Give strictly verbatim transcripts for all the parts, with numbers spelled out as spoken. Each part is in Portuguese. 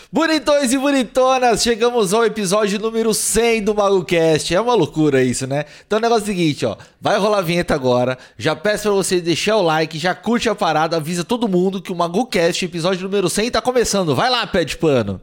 Bonitões e bonitonas, chegamos ao episódio número cem do MagoCast. É uma loucura isso, né? Então o negócio é o seguinte, ó. Vai rolar a vinheta agora. Já peço pra você deixar o like, já curte a parada, avisa todo mundo que o MagoCast, episódio número cem, tá começando. Vai lá, pé de pano.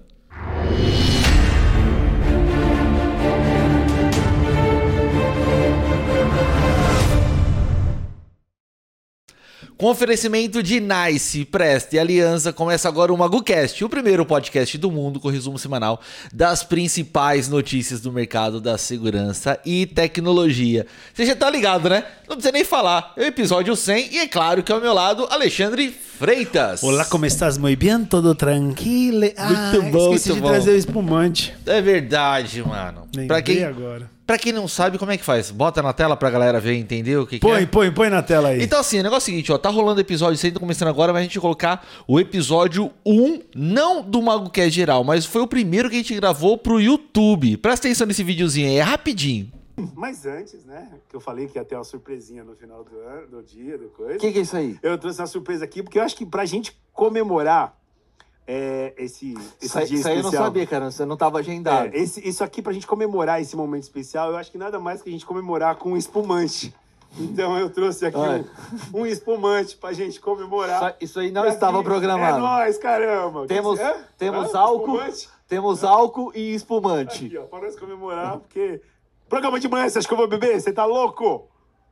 Com oferecimento de Nice, Presta e Aliança, começa agora o MagoCast, o primeiro podcast do mundo com resumo semanal das principais notícias do mercado da segurança e tecnologia. Você já tá ligado, né? Não precisa nem falar. É o episódio cem e é claro que ao meu lado, Alexandre Freitas. Olá, como estás? Muito bem? Tudo tranquilo? Ah, muito bom, esqueci muito de bom. trazer o espumante. É verdade, mano. Lembrei Pra quem, agora. pra quem não sabe, como é que faz? Bota na tela pra galera ver e entender o que, que Põe, é? põe, põe na tela aí. Então assim, o negócio é o seguinte, ó, tá rolando o episódio cem, tá começando agora, mas a gente vai colocar o episódio um, não do MagoCast geral, mas foi o primeiro que a gente gravou pro YouTube. Presta atenção nesse videozinho aí, é rapidinho. Mas antes, né, que eu falei que ia ter uma surpresinha no final do ano, do dia, do coisa. O que, que é isso aí? Eu trouxe uma surpresa aqui, porque eu acho que pra gente comemorar é, esse, esse Isso aí, dia isso aí eu especial... não sabia, cara. Você não estava agendado. É, esse, isso aqui pra gente comemorar esse momento especial, eu acho que nada mais que a gente comemorar com um espumante. Então eu trouxe aqui um, um espumante pra gente comemorar. Isso, isso aí não E estava aqui, programado. É nóis, caramba. Temos, Hã? temos Hã? álcool, Espumante? temos álcool e espumante. Aqui, ó, pra nós comemorar, porque... Programa de manhã, você acha que eu vou beber? Você tá louco?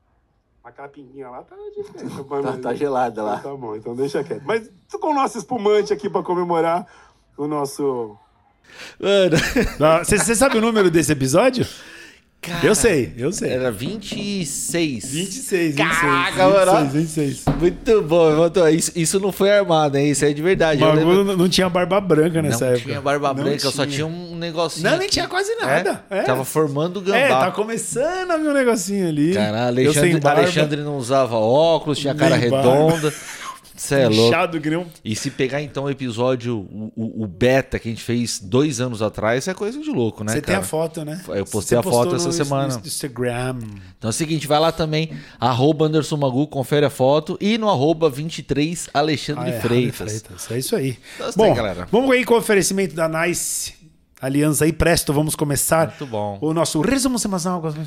A capinha lá tá diferente. Tá, tá gelada lá. Tá bom, então deixa quieto. Mas tô com o nosso espumante aqui pra comemorar o nosso... Mano, Você você sabe o número desse episódio? cara, Eu sei, eu sei. era vinte e seis. vinte e seis, Caraca, vinte e seis, mano. vinte e seis. Muito bom, muito- isso, isso não foi armado, hein? Isso é de verdade. O Eu Magu lembro- não, não tinha barba branca nessa não época. tinha barba Não branca, eu só tinha. tinha um negocinho Não, nem aqui. tinha quase nada. É? É. Tava formando gambá. É, tá começando a ver um negocinho ali. Cara, Eu sem Alexandre, barba, Alexandre não usava óculos, tinha cara Nem redonda. Você é louco. inchado, que nem um... E se pegar então o episódio, o, o- o beta que a gente fez dois anos atrás, é coisa de louco, né, Você cara? tem a foto, né? Eu postei Você a foto postou essa no- semana. No Instagram. Então é o seguinte, vai lá também, arroba Anderson Magu, confere a foto, e no arroba vinte e três Alexandre Ah, é, Freitas. Freitas. É isso aí. Então, isso aí, Bom, galera. vamos aí com o oferecimento da Nice Aliança aí, presto, vamos começar Muito bom. o nosso resumo semanal com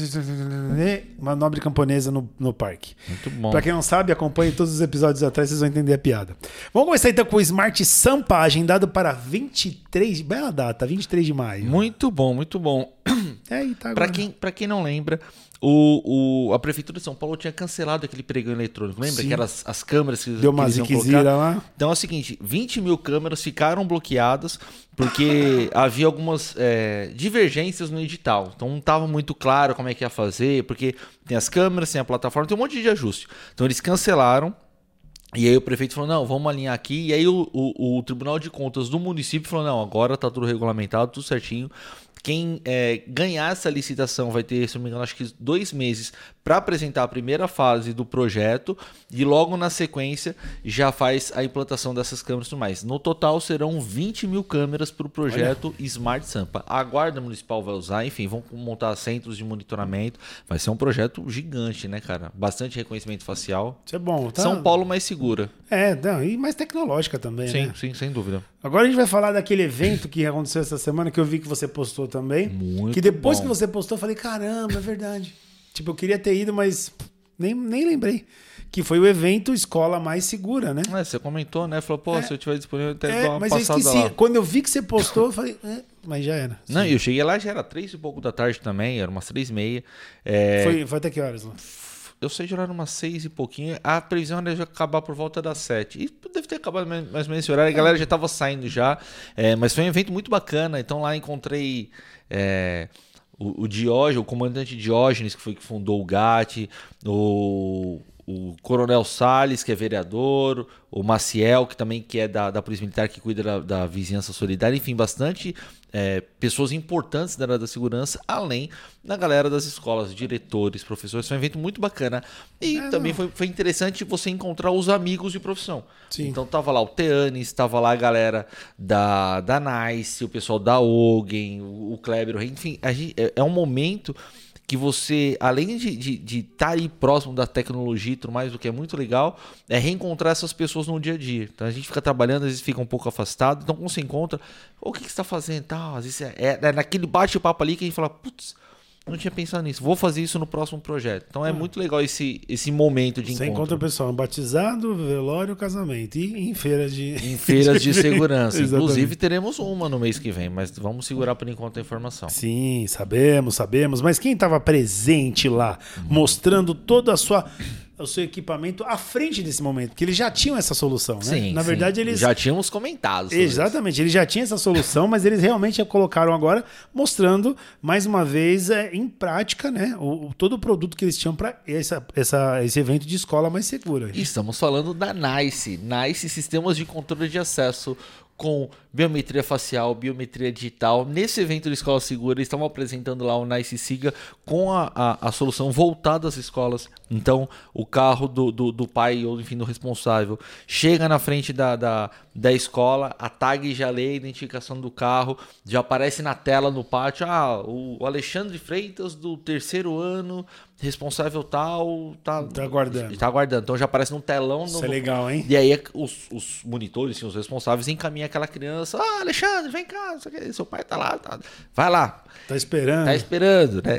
uma nobre camponesa no, no parque. Muito bom. Pra quem não sabe, acompanhe todos os episódios atrás, vocês vão entender a piada. Vamos começar então com o Smart Sampa, agendado para vinte e três, bela data, vinte e três de maio. Muito bom, muito bom. É aí, tá Pra agora. quem, pra quem não lembra, o, o, a Prefeitura de São Paulo tinha cancelado aquele pregão eletrônico. Lembra? Sim. Aquelas as câmeras que, Deu que uma eles iam ziquezira colocar? lá. Então é o seguinte, vinte mil câmeras ficaram bloqueadas porque havia algumas é, divergências no edital. Então não estava muito claro como é que ia fazer, porque tem as câmeras, tem a plataforma, tem um monte de ajuste. Então eles cancelaram. E aí o prefeito falou, não, vamos alinhar aqui. E aí o, o, o Tribunal de Contas do município falou, não, agora tá tudo regulamentado, tudo certinho. Quem é, ganhar essa licitação vai ter, se não me engano, acho que dois meses para apresentar a primeira fase do projeto e logo na sequência já faz a implantação dessas câmeras e tudo mais. No total serão vinte mil câmeras para o projeto Olha. Smart Sampa. A Guarda Municipal vai usar, enfim, vão montar centros de monitoramento. Vai ser um projeto gigante, né, cara? Bastante reconhecimento facial. Isso é bom, tá? São Paulo mais segura. É, não, e mais tecnológica também, Sim, né? sim, sem dúvida. Agora a gente vai falar daquele evento que aconteceu essa semana, que eu vi que você postou também. Muito que depois bom. que você postou, eu falei, caramba, é verdade. Tipo, eu queria ter ido, mas nem, nem lembrei. Que foi o evento Escola Mais Segura, né? É, você comentou, né? Falou, pô, É. se eu tiver disponível, até É, dar uma mas eu passada esqueci. lá. Quando eu vi que você postou, eu falei, é, mas já era. Não, eu cheguei lá, já era três e pouco da tarde também, era umas três e meia. É, Foi, foi até que horas lá? Eu sei de horário umas seis e pouquinho. A previsão era já acabar por volta das sete. E deve ter acabado mais mais ou menos esse horário. A galera já estava saindo já. É, mas foi um evento muito bacana. Então lá encontrei é, o, o Diógenes, o comandante Diógenes, que foi que fundou o G A T, o, o Coronel Salles, que é vereador, o Maciel, que também que é da, da Polícia Militar, que cuida da, da vizinhança solidária. Enfim, bastante é, pessoas importantes da área da segurança, além da galera das escolas, diretores, professores. Foi um evento muito bacana. E É, também não. foi, foi interessante você encontrar os amigos de profissão. Sim. Então tava lá o Teanes, tava lá a galera da, da Nice, o pessoal da Ogen, o, o Kleber, o Rei. Enfim, a gente, é, é um momento que você, além de estar de, de tá aí próximo da tecnologia e tudo mais, o que é muito legal, é reencontrar essas pessoas no dia a dia. Então a gente fica trabalhando, às vezes fica um pouco afastado, então quando você encontra, o que, que você está fazendo e tal, às vezes é, é, é naquele bate-papo ali que a gente fala, putz, não tinha pensado nisso, vou fazer isso no próximo projeto. Então é ah. muito legal esse, esse momento de você encontro. Você encontra o pessoal no batizado, velório, casamento e em feiras de... Em feiras de segurança. Inclusive teremos uma no mês que vem, mas vamos segurar por enquanto a informação. Sim, sabemos, sabemos. Mas quem estava presente lá, hum. mostrando toda a sua... o seu equipamento à frente desse momento, porque eles já tinham essa solução, né? Sim, Na sim. verdade, eles... já tínhamos comentado. Exatamente, isso. eles já tinham essa solução, mas eles realmente a colocaram agora, mostrando, mais uma vez, é, em prática, né? O, o, todo o produto que eles tinham para essa, essa, esse evento de escola mais segura. Estamos falando da NICE. NICE Sistemas de Controle de Acesso, com biometria facial, biometria digital. Nesse evento de Escola Segura, eles estavam apresentando lá o NICE Siga com a, a, a solução voltada às escolas. Então, o carro do, do, do pai ou, enfim, do responsável chega na frente da, da, da escola, a tag já lê a identificação do carro, já aparece na tela no pátio, ah, o Alexandre Freitas do terceiro ano, responsável tal, tá, tá aguardando. Tá aguardando. Então já aparece num telão. Isso no, é legal, hein? E aí os, os monitores, assim, os responsáveis, encaminham aquela criança. Ah, Alexandre, vem cá, seu pai tá lá. Tá. Vai lá. Tá esperando. Tá esperando, né?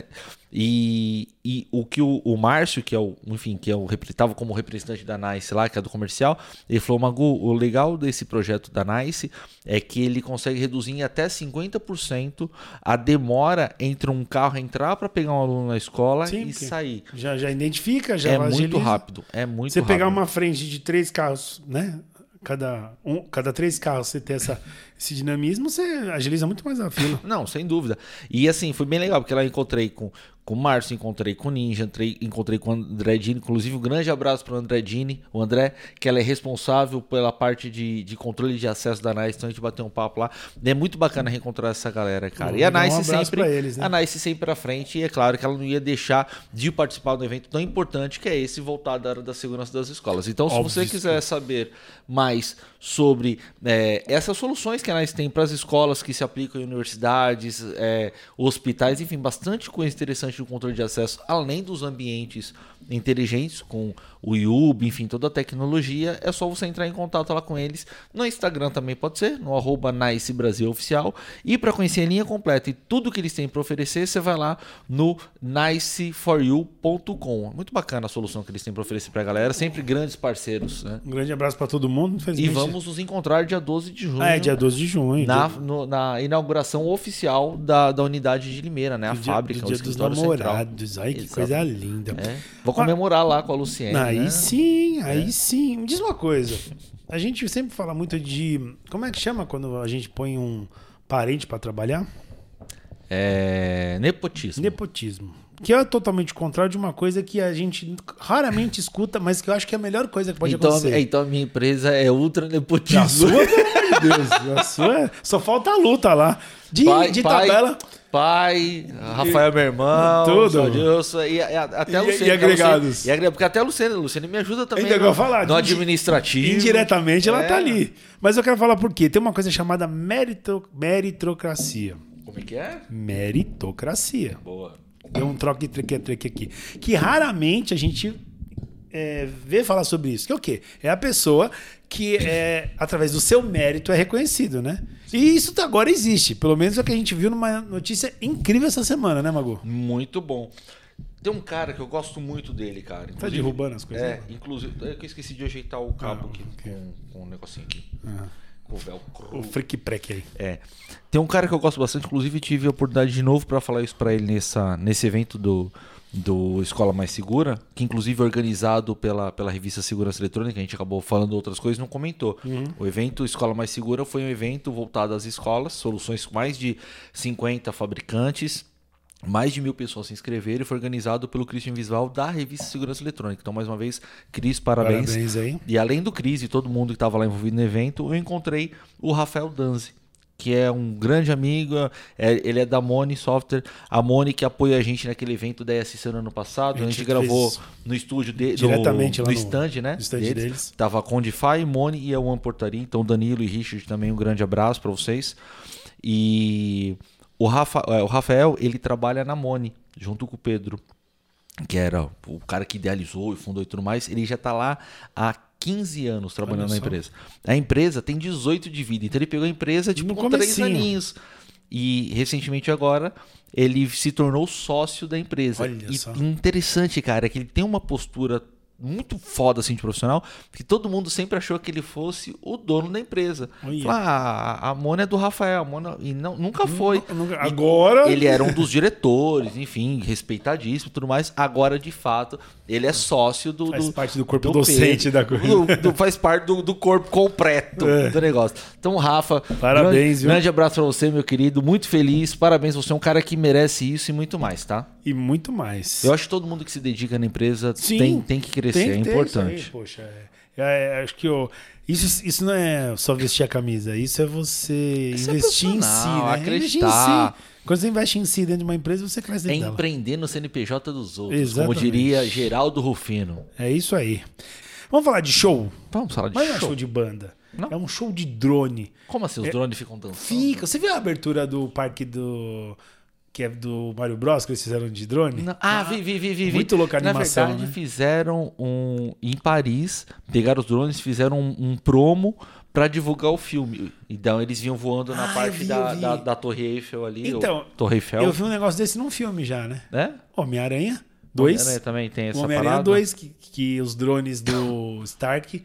E, e o que o, o Márcio, que é o, enfim, que é o estava como representante da NICE lá, que é do comercial, ele falou, Magu, o legal desse projeto da NICE é que ele consegue reduzir em até cinquenta por cento a demora entre um carro entrar para pegar um aluno na escola Sim, e sair. Já, já identifica, já É agiliza. muito rápido, é muito Você rápido. pegar uma frente de três carros, né? Cada, um, cada três carros você tem essa, esse dinamismo, você agiliza muito mais a fila. Não, sem dúvida. E assim, foi bem legal, porque lá eu encontrei com, com o Márcio, encontrei com o Ninja, entrei, encontrei com o André Dini, inclusive um grande abraço para o André Dini, o André, que ela é responsável pela parte de, de controle de acesso da NICE, então a gente bateu um papo lá. É muito bacana reencontrar essa galera, cara. Bom, e a NICE um sempre, eles, né? a NICE sempre à frente, e é claro que ela não ia deixar de participar do evento tão importante que é esse voltado da área da segurança das escolas. Então, se Óbvio. você quiser saber mais sobre é, essas soluções que a NICE tem para as escolas que se aplicam em universidades, é, hospitais, enfim, bastante coisa interessante do controle de acesso, além dos ambientes inteligentes com o I U B, enfim, toda a tecnologia, é só você entrar em contato lá com eles. No Instagram também pode ser, no arroba NICE Brasil Oficial. E para conhecer a linha completa e tudo que eles têm para oferecer, você vai lá no nice for you ponto com. Muito bacana a solução que eles têm para oferecer para a galera, sempre grandes parceiros, né? Um grande abraço para todo mundo. E vamos nos encontrar dia doze de junho. Ah, é, dia doze de junho. Na, dia... no, na inauguração oficial da, da unidade de Limeira, né? A do fábrica, dia, do o dia dos escritório namorados. central. Ai, que Exato. coisa linda. É. Vou comemorar lá com a Luciene. Aí né? sim, aí É. sim. Me diz uma coisa. A gente sempre fala muito de... Como é que chama quando a gente põe um parente para trabalhar? É... Nepotismo. Nepotismo. Que é totalmente contrário de uma coisa que a gente raramente escuta, mas que eu acho que é a melhor coisa que pode então, acontecer. é, então a minha empresa é ultra nepotismo. A sua, pelo amor de Deus. A sua é... Só falta a luta lá. De, pai, de pai, tabela. Pai, Rafael, meu irmão, Tudo. Adilson, e, e até a E- Luciene. e agregados. E agre- porque até a Luciene, a Luciene me ajuda também Ainda no, que eu falar, no indi- administrativo. Indiretamente ela É. tá ali. Mas eu quero falar por quê? Tem uma coisa chamada merito, meritocracia. Como é que é? Meritocracia. Boa. Deu um troque treque treque aqui. Que raramente a gente é, vê falar sobre isso. Que é o quê? É a pessoa que, é, através do seu mérito, é reconhecido, né? E isso agora existe. Pelo menos é o que a gente viu numa notícia incrível essa semana, né, Magu? Muito bom. Tem um cara que eu gosto muito dele, cara. Tá Inclusive- derrubando as coisas? É, inclusive. É que eu esqueci de ajeitar o cabo Ah, aqui ok. com, com um negocinho aqui. Ah, Com o velcro. o freak prec aí. É. Tem um cara que eu gosto bastante, inclusive tive a oportunidade de novo para falar isso para ele nessa, nesse evento do, do Escola Mais Segura, que inclusive é organizado pela, pela revista Segurança Eletrônica, a gente acabou falando outras coisas e não comentou. Uhum. O evento Escola Mais Segura foi um evento voltado às escolas, soluções com mais de cinquenta fabricantes. Mais de mil pessoas se inscreveram e foi organizado pelo Christian Visval da revista Segurança Eletrônica. Então, mais uma vez, Cris, parabéns. Parabéns aí. E além do Cris e todo mundo que estava lá envolvido no evento, eu encontrei o Rafael Danzi, que é um grande amigo, é, ele é da Moni Software. A Moni que apoia a gente naquele evento da E S C no ano passado. A gente, A gente gravou fez no estúdio dele, diretamente no, lá no no- stand, né? no stand deles. Tava a Condify, Moni e a One Portaria. Então, Danilo e Richard também, um grande abraço para vocês. E o, Rafa, é, o Rafael, ele trabalha na Moni. junto com o Pedro, que era o cara que idealizou e fundou e tudo mais, ele já está lá há quinze anos trabalhando na empresa. A empresa tem dezoito de vida, então ele pegou a empresa tipo, com três aninhos. E recentemente agora ele se tornou sócio da empresa. Olha e só. interessante, cara, é que ele tem uma postura muito foda assim de profissional, que todo mundo sempre achou que ele fosse o dono da empresa. Fala, ah, a Mona é do Rafael, a Mona... e não, nunca foi. Nunca, agora ele era um dos diretores, enfim, respeitadíssimo e tudo mais. Agora, de fato, ele é sócio do... Faz do, parte do corpo do docente Pedro, da coisa. do, do, faz parte do, do corpo completo É. do negócio. Então, Rafa, parabéns, grande, viu? grande abraço pra você, meu querido. Muito feliz, parabéns. Você é um cara que merece isso e muito mais, tá? E muito mais. Eu acho que todo mundo que se dedica na empresa Sim, tem, tem que crescer, tem que é ter importante. isso aí, poxa, é. É, acho que eu, isso, isso não é só vestir a camisa, isso é você Isso é investir em si, profissional, né? acreditar. Investir em si. Quando você investe em si dentro de uma empresa, você cresce É dentro dela. empreender no C N P J dos outros, Exatamente. como diria Geraldo Rufino. É isso aí. Vamos falar de show? Vamos falar de Mas não é show. show de banda. Não? É um show de drone. Como assim, os drones ficam dançando? Fica. Você viu a abertura do parque do... que é do Mario Bros, que eles fizeram de drone? Não. Ah, vi, vi, vi, vi. Muito louca a animação, Na verdade, né? fizeram um... Em Paris, pegaram os drones, fizeram um, um promo pra divulgar o filme. Então, eles vinham voando na Ah, parte eu vi, da, eu vi. da, da Torre Eiffel ali. Então, ou Torre Eiffel. Eu vi um negócio desse num filme já, né? É? Homem-Aranha dois. Homem-Aranha também tem essa Homem-Aranha parada. dois, que, que os drones do Stark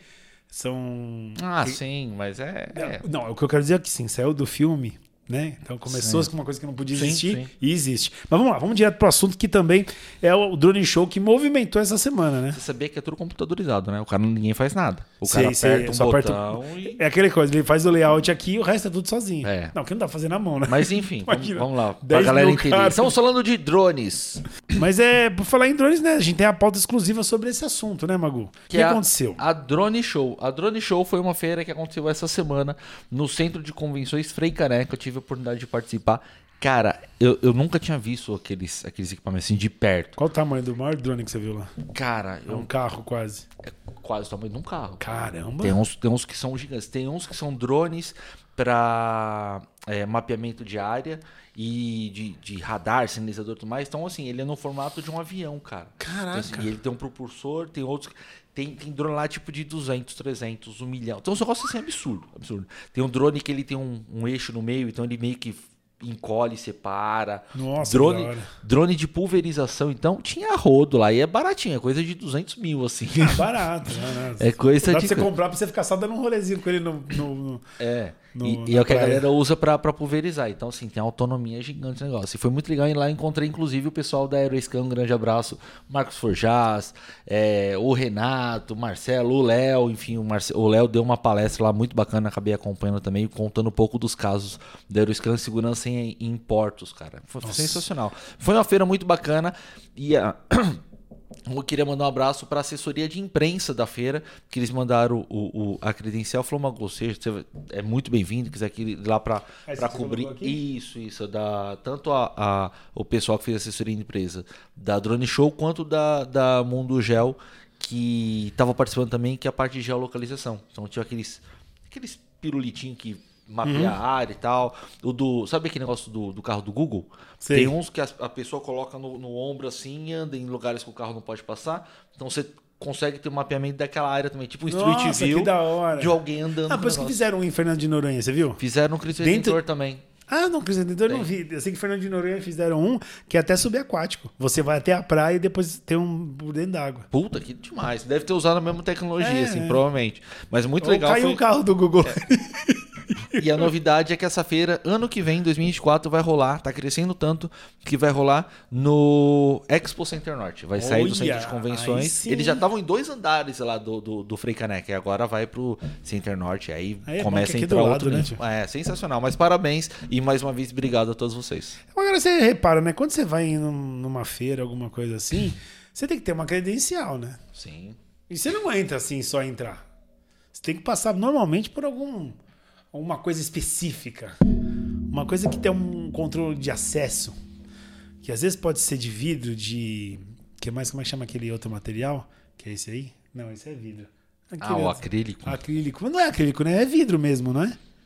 são... Ah, que- sim, mas é... é. Não, o que eu quero dizer é que sim, saiu do filme, né? Então começou Sim. com uma coisa que não podia Sim, existir sim. e existe. Mas vamos lá, vamos direto pro assunto que também é o Drone Show que movimentou essa semana, né? Você sabia que é tudo computadorizado, né? O cara ninguém faz nada. O Sei, cara sei, aperta um só aperta botão e... É aquele coisa, ele faz o layout aqui e o resto é tudo sozinho. É. Não, que não dá pra fazer na mão, né? Mas enfim, vamos, Imagina, vamos lá. Pra dez galera mil entender. caras. Estamos falando de drones. Mas é, por falar em drones, né? A gente tem a pauta exclusiva sobre esse assunto, né, Magu? O que, é a- aconteceu? A Drone Show. A Drone Show foi uma feira que aconteceu essa semana no Centro de Convenções Frei Caneca. Eu tive a oportunidade de participar. Cara, eu, eu nunca tinha visto aqueles, aqueles equipamentos assim de perto. Qual o tamanho do maior drone que você viu lá? Cara, É eu, um carro quase. é quase o tamanho de um carro. Caramba. Tem uns, tem uns que são gigantes. Tem uns que são drones para mapeamento de área e de, de radar, sinalizador e tudo mais. Então, assim, ele é no formato de um avião, cara. Caraca. Então, assim, e ele tem um propulsor, tem outros... Tem, tem drone lá tipo de duzentos, trezentos, um milhão. Então, é um negócio assim absurdo, absurdo. Tem um drone que ele tem um, um eixo no meio, então ele meio que encolhe, separa. Nossa, drone, que da hora. drone de pulverização, então, tinha rodo lá. E é baratinho, é coisa de duzentos mil, assim. É barato, né? É coisa Dá de... pra você comprar pra você ficar só dando um rolezinho com ele no... no- no- É, no- e, na e é o que a praia. galera usa pra, pra pulverizar. Então, assim, tem autonomia gigante o negócio. E foi muito legal. E lá eu encontrei, inclusive, o pessoal da Aeroscan. Um grande abraço. Marcos Forjás, é, o Renato, o Marcelo, o Léo. Enfim, o Marce- o Léo deu uma palestra lá muito bacana. Acabei acompanhando também, contando um pouco dos casos da Aeroscan segurança em, em portos, cara. Foi Nossa. sensacional. Foi uma feira muito bacana. E a... Eu queria mandar um abraço para a assessoria de imprensa da feira, que eles mandaram o, o- a credencial. Falou, Mago, você você é muito bem-vindo, quiser ir lá para Essa que você cobrir. colocou aqui? Isso, isso. Da, tanto a, a- o pessoal que fez a assessoria de empresa da Drone Show, quanto da, da Mundo Gel, que estava participando também, que é a parte de geolocalização. Então tinha aqueles, aqueles pirulitinhos que mapeia Uhum. a área e tal. O do, sabe aquele negócio do, do carro do Google? Sei. Tem uns que a, a pessoa coloca no, no ombro assim e anda em lugares que o carro não pode passar. Então você consegue ter um mapeamento daquela área também, tipo um Street Nossa, View que da hora. de alguém andando. Ah, no por isso que negócio. fizeram um em Fernando de Noronha, você viu? Fizeram um Cristo Dentro- Redentor também. Ah, não, Cristo Redentor eu não vi. Eu sei que Fernando de Noronha fizeram um que é até subaquático. Você vai até a praia e depois tem um por dentro d'água. Puta, que demais. Deve ter usado a mesma tecnologia, É, assim, é. provavelmente. Mas muito Ou legal. caiu Foi... um carro do Google. E a novidade é que essa feira, ano que vem, dois mil e vinte e quatro, vai rolar, tá crescendo tanto, que vai rolar no Expo Center Norte. Vai sair do Olha, centro de aí convenções. sim. Eles já estavam em dois andares lá do, do, do Frei Caneca, e agora vai pro Center Norte. Aí, Aí é bom começa que a aqui entrar do outro lado, né, nível. tio? É, sensacional. Mas parabéns e mais uma vez, obrigado a todos vocês. Agora você repara, né? Quando você vai em num- numa feira, alguma coisa assim, você tem que ter uma credencial, né? Sim. E você não entra assim só entrar. Você tem que passar normalmente por algum alguma coisa específica. Uma coisa que tem um controle de acesso. Que às vezes pode ser de vidro, de. Que mais? Como é que chama aquele outro material? Que é esse aí? Não, esse é vidro. Ah, Aquele o outro- acrílico. Acrílico. Mas não é acrílico, né? É vidro mesmo, não é?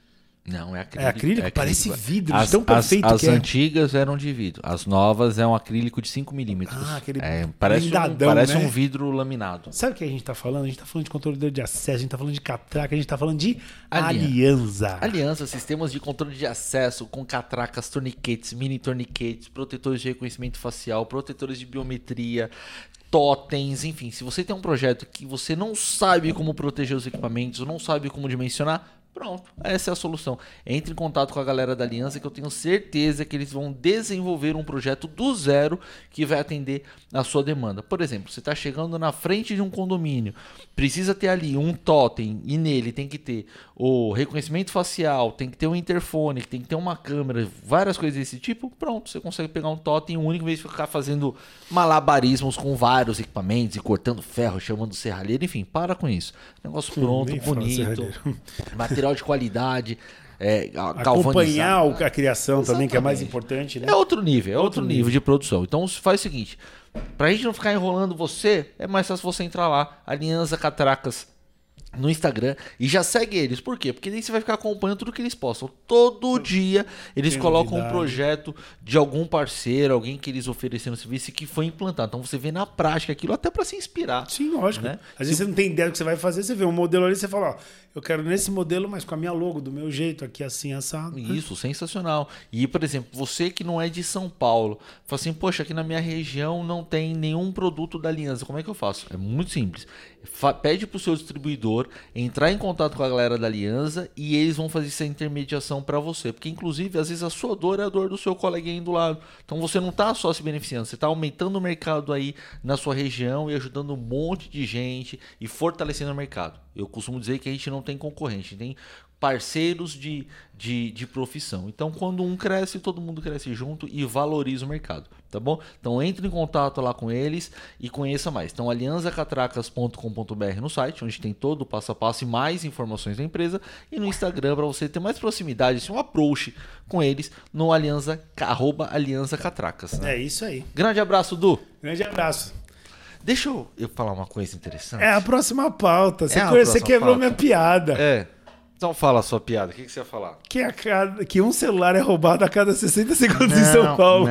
Não, é acrílico. É acrílico? Parece vidro, de as, tão perfeito as, que as é. antigas eram de vidro. As novas é um acrílico de cinco milímetros. Ah, aquele é, parece um, blindadão, parece né? um vidro laminado. Sabe o que a gente tá falando? A gente tá falando de controle de acesso, a gente tá falando de catraca, a gente tá falando de Aliança. aliança. Aliança, sistemas de controle de acesso com catracas, torniquetes, mini torniquetes, protetores de reconhecimento facial, protetores de biometria, totens, enfim. Se você tem um projeto que você não sabe como proteger os equipamentos, não sabe como dimensionar, pronto, essa é a solução. Entre em contato com a galera da Aliança que eu tenho certeza que eles vão desenvolver um projeto do zero que vai atender a sua demanda. Por exemplo, você está chegando na frente de um condomínio, precisa ter ali um totem e nele tem que ter o reconhecimento facial, tem que ter um interfone, tem que ter uma câmera, várias coisas desse tipo, pronto, você consegue pegar um totem único em vez de ficar fazendo malabarismos com vários equipamentos e cortando ferro, chamando serralheiro, enfim, para com isso. Negócio pronto, nem fala bonito, serralheiro. material de qualidade, é, Acompanhar galvanizado. a criação também, que é mais Exatamente. importante, né? É outro nível, é outro, Outro nível, de produção. Então faz o seguinte, pra gente não ficar enrolando você, é mais fácil você entrar lá, Aliança Catracas, no Instagram, e já segue eles. Por quê? Porque daí você vai ficar acompanhando tudo que eles postam. Todo dia eles Tem colocam novidade. um projeto de algum parceiro, alguém que eles ofereceram serviço e que foi implantado. Então você vê na prática aquilo até para se inspirar. Sim, lógico. Né? Às vezes você não tem ideia do que você vai fazer, você vê um modelo ali e você fala, ó, eu quero nesse modelo, mas com a minha logo, do meu jeito, aqui assim, assado. Isso, sensacional. E, por exemplo, você que não é de São Paulo, fala assim, poxa, aqui na minha região não tem nenhum produto da Aliança, como é que eu faço? É muito simples. Fa- pede para o seu distribuidor entrar em contato com a galera da Aliança e eles vão fazer essa intermediação para você. Porque, inclusive, às vezes a sua dor é a dor do seu coleguinha do lado. Então, você não está só se beneficiando, você está aumentando o mercado aí na sua região e ajudando um monte de gente e fortalecendo o mercado. Eu costumo dizer que a gente não tem concorrente, tem parceiros de, de, de profissão. Então, quando um cresce, todo mundo cresce junto e valoriza o mercado, tá bom? Então, entre em contato lá com eles e conheça mais. Então, aliança catracas ponto com ponto b r no site, onde tem todo o passo a passo e mais informações da empresa, e no Instagram para você ter mais proximidade, assim, um approach com eles no aliança, arroba aliança catracas. Né? É isso aí. Grande abraço, Du. Grande abraço. Deixa eu, eu falar uma coisa interessante. É a próxima pauta. Você, É a conhe- você próxima quebrou pauta. minha piada. É. Então fala a sua piada. O que, que você ia falar? Que, a cada- que um celular é roubado a cada sessenta segundos em São Paulo.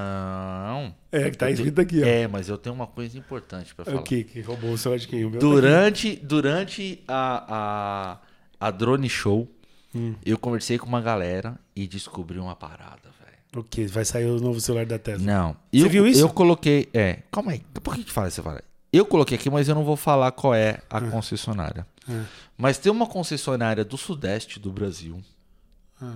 Não. É, que tá Eu escrito tenho- aqui, ó. É, mas eu tenho uma coisa importante para falar. O que? Que roubou o celular de quem? O meu tá Durante, durante a, a, a Drone Show, Hum. eu conversei com uma galera e descobri uma parada, velho. aqui. O que? Vai sair o novo celular da Tesla. Não. Você eu, viu isso? Eu coloquei... É, calma aí. Por que que fala essa parada? Eu coloquei aqui, mas eu não vou falar qual é a concessionária. Ah. Mas tem uma concessionária do sudeste do Brasil Ah.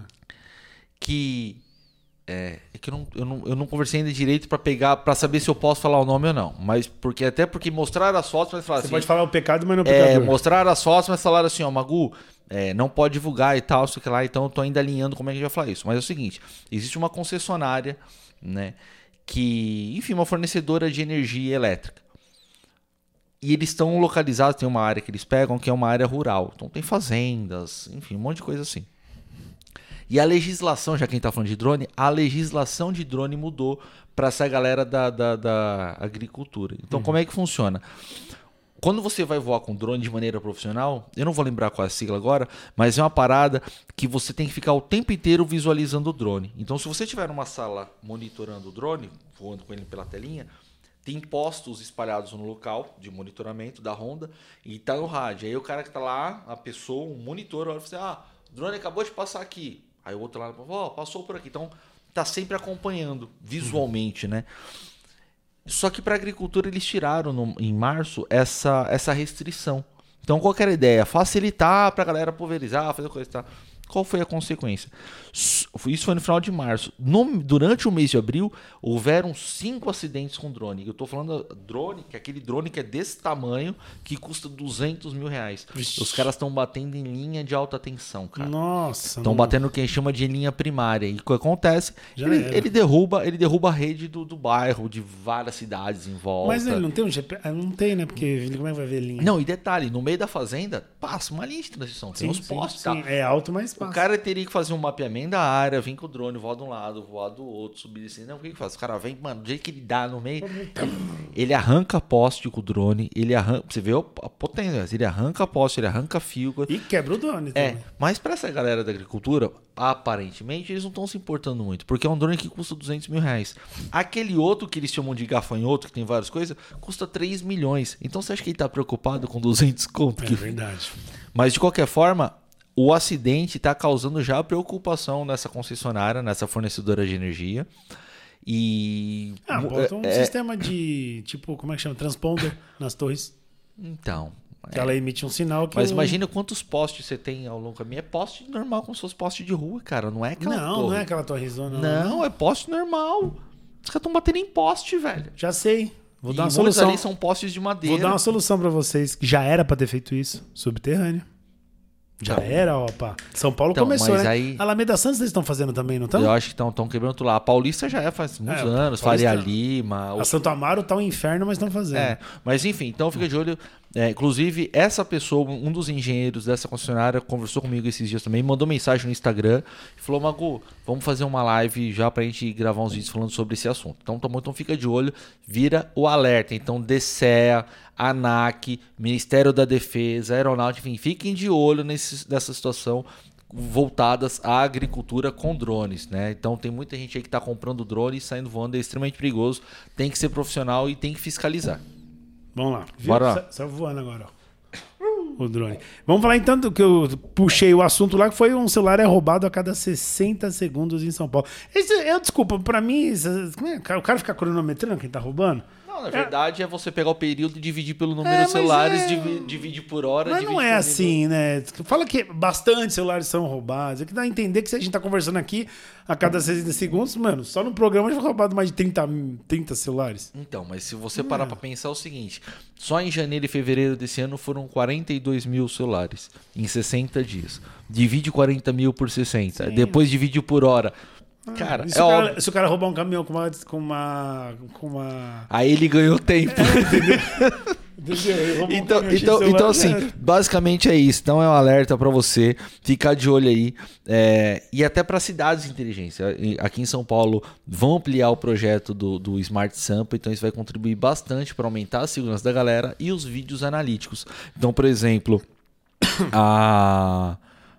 que... É, é que eu não, eu, não, eu não conversei ainda direito pra pegar, para saber se eu posso falar o nome ou não. Mas porque até porque mostraram as fotos, mas falaram Você assim, pode falar o pecado, mas não o é, pecador. mostraram as fotos, mas falaram assim, ó, Magu, é, não pode divulgar e tal, sei que lá, então eu tô ainda alinhando como é que a gente vai falar isso. Mas é o seguinte, existe uma concessionária, né, que, enfim, uma fornecedora de energia elétrica. E eles estão localizados, tem uma área que eles pegam, que é uma área rural. Então tem fazendas, enfim, um monte de coisa assim. E a legislação, já que a gente tá falando de drone, a legislação de drone mudou para essa galera da, da, da agricultura. Então, como é que funciona? Quando você vai voar com drone de maneira profissional, eu não vou lembrar qual é a sigla agora, mas é uma parada que você tem que ficar o tempo inteiro visualizando o drone. Então, se você estiver numa sala monitorando o drone, voando com ele pela telinha, tem postos espalhados no local de monitoramento da Honda e tá no rádio. Aí o cara que tá lá, a pessoa, um monitor, olha e fala assim, ah, o drone acabou de passar aqui. Aí o outro lá, ó, oh, passou por aqui. Então, tá sempre acompanhando visualmente, né? Só que para agricultura eles tiraram no, em março essa, essa restrição. Então, qual que era a ideia? Facilitar para a galera pulverizar, fazer coisa e tal. Qual foi a consequência? Isso foi no final de março. No, durante o mês de abril, houveram cinco acidentes com drone. Eu estou falando drone, que é aquele drone que é desse tamanho, que custa duzentos mil reais. Vixe. Os caras estão batendo em linha de alta tensão, cara. Nossa. Estão não- batendo o que a gente chama de linha primária. E o que acontece? Já Ele, era. ele derruba, ele derruba a rede do, do bairro, de várias cidades em volta. Mas ele não tem um G P S? Não tem, né? Porque como é que vai ver linha? Não, e detalhe, no meio da fazenda, passa uma linha de transição. Tem Sim, os sim, postes, sim. tá? É alto, mas massa. O cara teria que fazer um mapeamento da área, vir com o drone, voar de um lado, voar do outro, subir assim. Não, o que que faz? O cara vem, mano, do jeito que ele dá no meio, ele arranca poste com o drone, ele arranca, você vê a potência, ele arranca poste, ele arranca fio. E quebra o drone É, também. mas pra essa galera da agricultura, aparentemente, eles não estão se importando muito, porque é um drone que custa duzentos mil reais. Aquele outro que eles chamam de gafanhoto, que tem várias coisas, custa três milhões. Então você acha que ele tá preocupado com duzentos conto? É Que- verdade. Mas de qualquer forma, o acidente está causando já preocupação nessa concessionária, nessa fornecedora de energia. E. Ah, mu- bota um é- sistema de, tipo, como é que chama? Transponder nas torres. Então. Que ela emite um sinal que... Mas o- imagina quantos postes você tem ao longo do caminho. É poste normal, como se fosse poste de rua, cara. Não é aquela Não, torre. não é aquela torrezona. Não, é poste normal. Os caras estão batendo em poste, velho. Já sei. Vou E dar uma muitos solução. ali são postes de madeira. Vou dar uma solução pra vocês, que já era pra ter feito isso. Subterrâneo. Já Então. era, ó, pá. São Paulo Então, começou, mas né? aí- Alameda Santos eles estão fazendo também, não estão? Eu acho que estão quebrando tudo lá. A Paulista já é faz muitos É, anos. Paulista- Faria Lima. o- A Santo Amaro tá um inferno, mas estão fazendo. É, mas enfim, então fica de olho. É, inclusive, essa pessoa, um dos engenheiros dessa concessionária, conversou comigo esses dias também, mandou mensagem no Instagram e falou: Magu, vamos fazer uma live já pra gente gravar uns vídeos falando sobre esse assunto. Então, tá bom, então fica de olho, vira o alerta. Então, D C E A, ANAC, Ministério da Defesa, Aeronáutica, enfim, fiquem de olho nesse, nessa situação voltadas à agricultura com drones, né? Então tem muita gente aí que tá comprando drone e saindo voando, é extremamente perigoso, tem que ser profissional e tem que fiscalizar. Vamos lá. Viu? Bora lá. Sa- Saiu voando agora, ó. O drone. Vamos falar então do que eu puxei o assunto lá, que foi um celular é roubado a cada sessenta segundos em São Paulo. Esse, eu, desculpa, pra mim, isso- como é? O cara fica cronometrando quem tá roubando? Não, na verdade é, você pegar o período e dividir pelo número É, de mas celulares, é- divi- divide por hora. Mas divide não é por assim, né? Fala que bastante celulares são roubados. É que dá a entender que se a gente tá conversando aqui a cada sessenta segundos, mano, só no programa já foi roubado mais de trinta, trinta celulares. Então, mas se você parar pra pensar é o seguinte, só em janeiro e fevereiro desse ano foram quarenta e dois mil celulares em sessenta dias. Divide quarenta mil por sessenta, depois divide por hora. Cara, E é se, o cara óbvio. se o cara roubar um caminhão com uma. Com uma, com uma... Aí ele ganhou tempo. Entendeu? Ele roubou um Então, caminhão de então, celular, então, assim, né? basicamente é isso. Então é um alerta pra você ficar de olho aí. É, e até para cidades de inteligência. E aqui em São Paulo vão ampliar o projeto do, do Smart Sampa, então isso vai contribuir bastante para aumentar a segurança da galera e os vídeos analíticos. Então, por exemplo, a,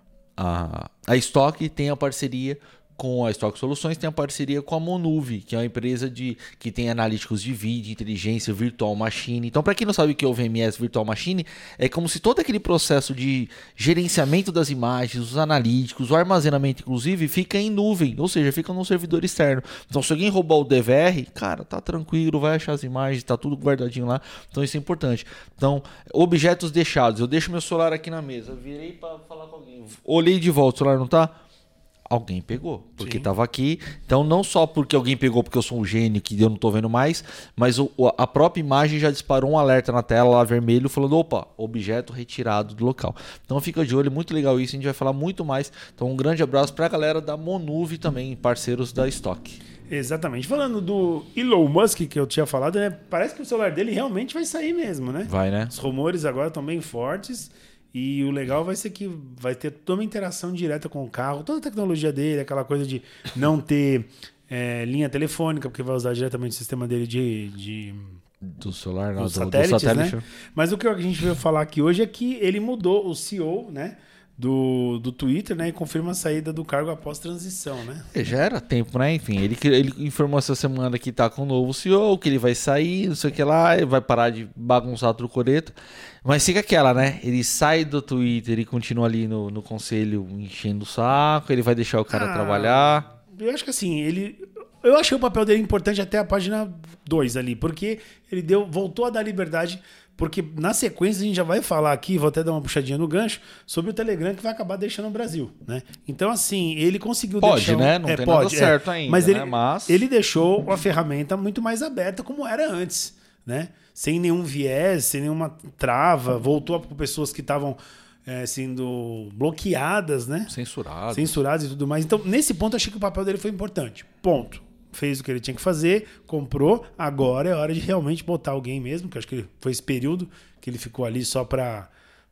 a, a Stock tem a parceria com a Stock Soluções, tem a parceria com a Monuve, que é uma empresa de, que tem analíticos de vídeo, inteligência, virtual machine. Então, para quem não sabe o que é o V M S Virtual Machine, é como se todo aquele processo de gerenciamento das imagens, os analíticos, o armazenamento, inclusive, fica em nuvem, ou seja, fica num servidor externo. Então, se alguém roubar o D V R, cara, tá tranquilo, vai achar as imagens, tá tudo guardadinho lá. Então, isso é importante. Então, objetos deixados. Eu deixo meu celular aqui na mesa, virei para falar com alguém, olhei de volta, o celular não tá? Alguém pegou, porque estava aqui. Então, não só porque alguém pegou porque eu sou um gênio que eu não tô vendo mais, mas o, a própria imagem já disparou um alerta na tela lá vermelho falando, opa, objeto retirado do local. Então fica de olho, muito legal isso, a gente vai falar muito mais. Então um grande abraço para a galera da Monuve também, parceiros da Stock. Exatamente. Falando do Elon Musk que eu tinha falado, né? Parece que o celular dele realmente vai sair mesmo, né? Vai, né? Os rumores agora estão bem fortes. E o legal vai ser que vai ter toda uma interação direta com o carro, toda a tecnologia dele, aquela coisa de não ter é, linha telefônica, porque vai usar diretamente o sistema dele de, de Do celular, não, dos do, do satélites, satélite. né? Mas o que a gente veio falar aqui hoje é que ele mudou o C E O, né? Do, do Twitter, né? E confirma a saída do cargo após transição, né? É, já era tempo, né? Enfim, ele, ele informou essa semana que tá com um novo C E O, que ele vai sair, não sei o que lá, ele vai parar de bagunçar o coreto. Mas fica aquela, né? Ele sai do Twitter e continua ali no, no conselho enchendo o saco, ele vai deixar o cara Ah, trabalhar. Eu acho que assim, ele. Eu achei o papel dele importante até a página dois ali, porque ele deu, voltou a dar liberdade. Porque na sequência a gente já vai falar aqui, vou até dar uma puxadinha no gancho, sobre o Telegram que vai acabar deixando o Brasil, né? Então, assim, ele conseguiu Pode, deixar... né? Não tem nada certo ainda, Mas, né? ele, Mas- ele deixou a ferramenta muito mais aberta como era antes, né? Sem nenhum viés, sem nenhuma trava, voltou para pessoas que estavam é, sendo bloqueadas, né? Censurado. Censuradas e tudo mais. Então, nesse ponto, eu achei que o papel dele foi importante. Ponto. Fez o que ele tinha que fazer, comprou. Agora é hora de realmente botar alguém mesmo, que eu acho que foi esse período que ele ficou ali só para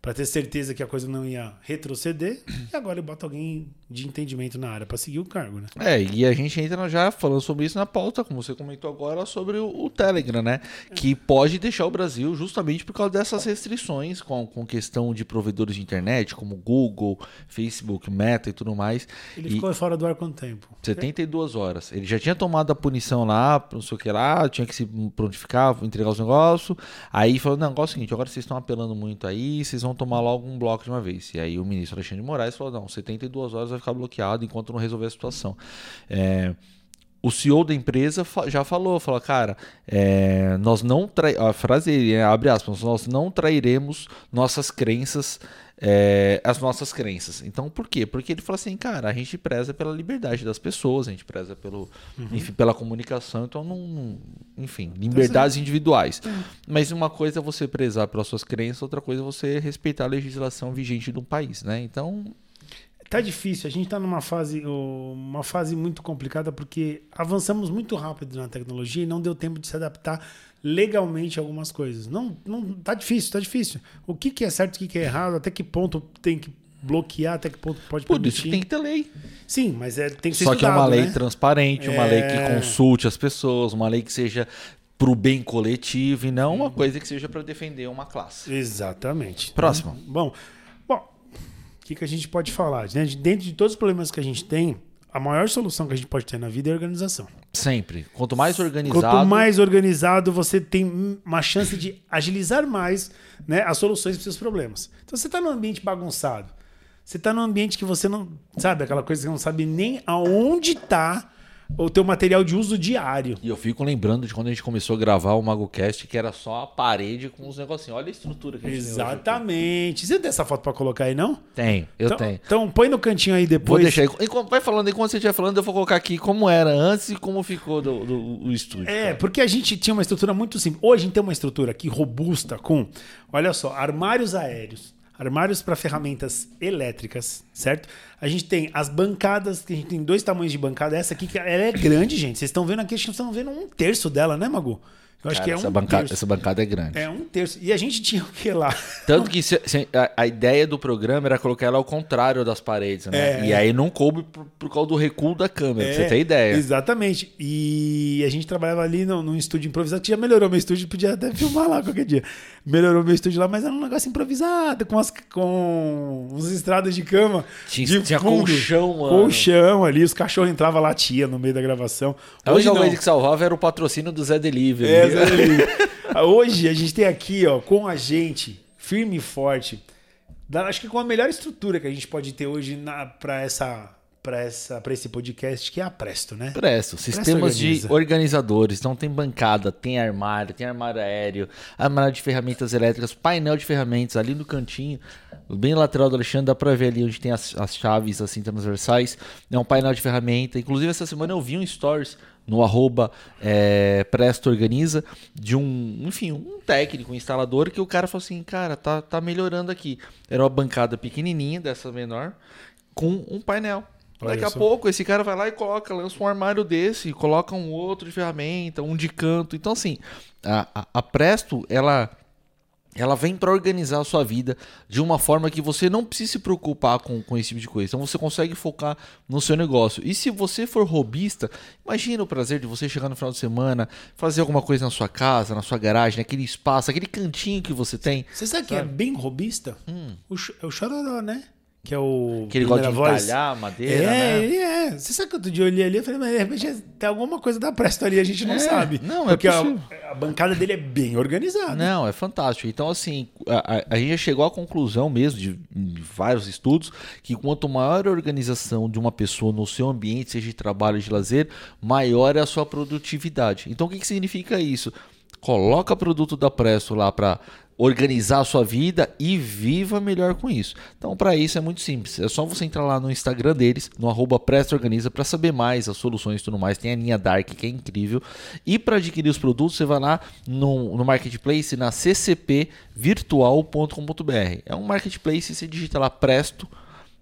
para ter certeza que a coisa não ia retroceder, e agora ele bota alguém de entendimento na área para seguir o cargo, né? É, e a gente entra já falando sobre isso na pauta, como você comentou agora, sobre o, o Telegram, né? Que pode deixar o Brasil justamente por causa dessas restrições com, com questão de provedores de internet, como Google, Facebook, Meta e tudo mais. Ele e ficou fora do ar quanto tempo? setenta e duas horas. Ele já tinha tomado a punição lá, não sei o que lá, tinha que se prontificar, entregar os negócios. Aí falou, não, é o seguinte, agora vocês estão apelando muito aí, vocês vão tomar logo um bloco de uma vez. E aí o ministro Alexandre de Moraes falou, não, setenta e duas horas vai ficar bloqueado enquanto não resolver a situação. É... O C E O da empresa já falou, falou, cara, é, nós não trai... a frase é, abre aspas, nós não trairemos nossas crenças, é, as nossas crenças. Então, por quê? Porque ele falou assim, cara, a gente preza pela liberdade das pessoas, a gente preza pelo, uhum. enfim, pela comunicação, então não, enfim, liberdades individuais. Uhum. Mas uma coisa é você prezar pelas suas crenças, outra coisa é você respeitar a legislação vigente do país, né? Então tá difícil, a gente tá numa fase, uma fase muito complicada porque avançamos muito rápido na tecnologia e não deu tempo de se adaptar legalmente a algumas coisas. Não, não, tá difícil, tá difícil. O que, que é certo, o que, que é errado, até que ponto tem que bloquear, até que ponto pode Por permitir. isso tem que ter lei. Sim, mas é, tem que ser Só estudado, que é uma lei né? transparente, uma é... lei que consulte as pessoas, uma lei que seja para o bem coletivo e não uma coisa que seja para defender uma classe. Exatamente. Próximo. Bom, bom, o que, que a gente pode falar? Né? Dentro de todos os problemas que a gente tem, a maior solução que a gente pode ter na vida é a organização. Sempre. Quanto mais organizado... Quanto mais organizado, você tem uma chance de agilizar mais, né, as soluções para os seus problemas. Então, você está num ambiente bagunçado. Você está num ambiente que você não... Sabe aquela coisa que você não sabe nem aonde está o teu material de uso diário. E eu fico lembrando de quando a gente começou a gravar o MagoCast, que era só a parede com os negocinhos. Olha a estrutura que a gente Exatamente. Tem. Você tem essa foto para colocar aí, não? Tem, eu então, tenho. Então põe no cantinho aí depois. Vou deixar aí. Vai falando, enquanto você estiver falando, eu vou colocar aqui como era antes e como ficou do, do, do estúdio. É, cara. Porque a gente tinha uma estrutura muito simples. Hoje a gente tem uma estrutura aqui robusta com, olha só, armários aéreos, armários para ferramentas elétricas, certo? A gente tem as bancadas, que a gente tem dois tamanhos de bancada. Essa aqui, ela é grande, gente. Vocês estão vendo aqui, acho que vocês estão vendo um terço dela, né, Magu? Eu acho Cara, que é essa um bancada, terço. Essa bancada é grande. É um terço. E a gente tinha o que lá? Tanto que se, se, a, a ideia do programa era colocar ela ao contrário das paredes, né? É. E aí não coube por, por causa do recuo da câmera, É, pra você ter ideia. Exatamente. E a gente trabalhava ali num, num estúdio improvisado, que já melhorou meu estúdio, podia até filmar lá qualquer dia. Melhorou meu estúdio lá, mas era um negócio improvisado, com, as, com uns estradas de cama. Tinha, de tinha fundo, colchão, mano. Colchão ali, os cachorros entravam, latia no meio da gravação. A Hoje única não. coisa que salvava era o patrocínio do Zé Delivery. É, Zé Delivery. Hoje a gente tem aqui, ó, com a gente, firme e forte, da, acho que com a melhor estrutura que a gente pode ter hoje para essa, para essa, para esse podcast, que é a Presto, né? Presto, sistemas de organizadores. Então tem bancada, tem armário, tem armário aéreo, armário de ferramentas elétricas, painel de ferramentas ali no cantinho, bem lateral do Alexandre, dá pra ver ali onde tem as, as chaves assim transversais. É um painel de ferramenta. Inclusive essa semana eu vi um stories no arroba é, Presto Organiza, de um, enfim, um técnico, um instalador, que o cara falou assim, cara, tá, tá melhorando aqui. Era uma bancada pequenininha, dessa menor, com um painel. Olha Daqui só. a pouco esse cara vai lá e coloca, lança um armário desse, coloca um outro de ferramenta, um de canto. Então assim, a, a, a Presto, ela... Ela vem para organizar a sua vida de uma forma que você não precisa se preocupar com, com esse tipo de coisa. Então você consegue focar no seu negócio. E se você for robista, imagina o prazer de você chegar no final de semana, fazer alguma coisa na sua casa, na sua garagem, naquele espaço, aquele cantinho que você tem. Você sabe que é bem robista? Hum. O, é o Chororó, né? Que é o... Que ele gosta de entalhar madeira, é, né? ele é. Você sabe que outro dia eu olhei ali e falei, mas de repente tem alguma coisa da Presto ali, a gente não é, sabe. Não, porque é a, a bancada dele é bem organizada. Não, é fantástico. Então, assim, a, a, a gente já chegou à conclusão mesmo, de, de vários estudos, que quanto maior a organização de uma pessoa no seu ambiente, seja de trabalho ou de lazer, maior é a sua produtividade. Então, o que, que significa isso? Coloca produto da Presto lá para organizar a sua vida e viva melhor com isso. Então, para isso é muito simples. É só você entrar lá no Instagram deles, no arroba Presto Organiza, para saber mais as soluções e tudo mais. Tem a linha Dark, que é incrível. E para adquirir os produtos, você vai lá no, no Marketplace, na c c p virtual ponto com ponto b r. É um Marketplace, você digita lá Presto,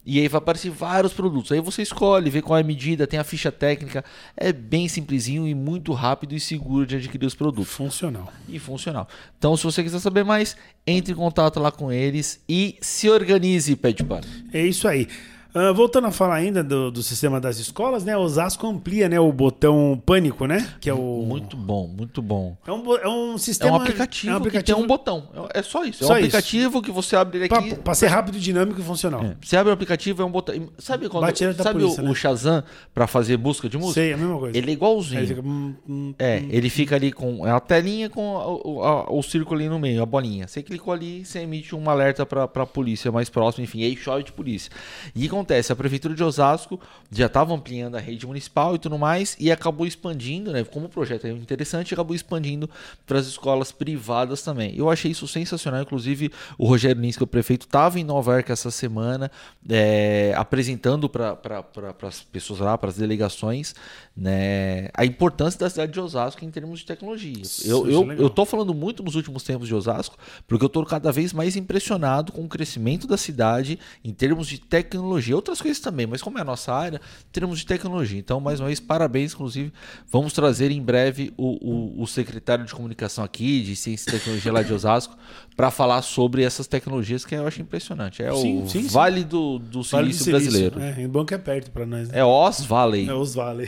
E aí vai aparecer vários produtos. Aí você escolhe, vê qual é a medida, tem a ficha técnica. É bem simplesinho e muito rápido e seguro de adquirir os produtos. Funcional. E funcional. Então, se você quiser saber mais, entre em contato lá com eles e se organize, Pé de Pano. É isso aí. Uh, voltando a falar ainda do, do sistema das escolas, né? Osasco amplia, né, o botão pânico, né? Que é o... Muito bom, muito bom. É um, é um É sistema... um aplicativo, é um aplicativo que tem um botão. É só isso. Só é um isso. aplicativo que você abre ele aqui. Pra, pra ser rápido, dinâmico e funcional. É. Você abre o aplicativo, é um botão. Sabe quando Bateria da sabe polícia, o, né? o Shazam pra fazer busca de música? Sei, é a mesma coisa. Ele é igualzinho. Aí fica... hum, hum, É, hum. ele fica ali com a telinha com o, o, a- o círculo ali no meio, a bolinha. Você clicou ali, você emite um alerta pra, pra polícia mais próxima, enfim, aí chove de polícia. E o que acontece? A Prefeitura de Osasco já estava ampliando a rede municipal e tudo mais, e acabou expandindo, né? Como o projeto é interessante, acabou expandindo para as escolas privadas também. Eu achei isso sensacional, inclusive o Rogério Lins, que é o prefeito, estava em Nova York essa semana, é, apresentando para pra, as pessoas lá, para as delegações, né, a importância da cidade de Osasco em termos de tecnologia. Eu, Isso é eu, legal. eu tô falando muito nos últimos tempos de Osasco, porque eu tô cada vez mais impressionado com o crescimento da cidade em termos de tecnologia. Outras coisas também, mas como é a nossa área, em termos de tecnologia. Então, mais uma vez, parabéns, inclusive. Vamos trazer em breve o, o, o secretário de comunicação aqui, de ciência e tecnologia lá de Osasco, para falar sobre essas tecnologias que eu acho impressionante. É Sim, o sim, sim. Vale do, do Vale do Silício Silício. brasileiro. É, em banco é perto pra nós, né? É Os Valley. É os vale.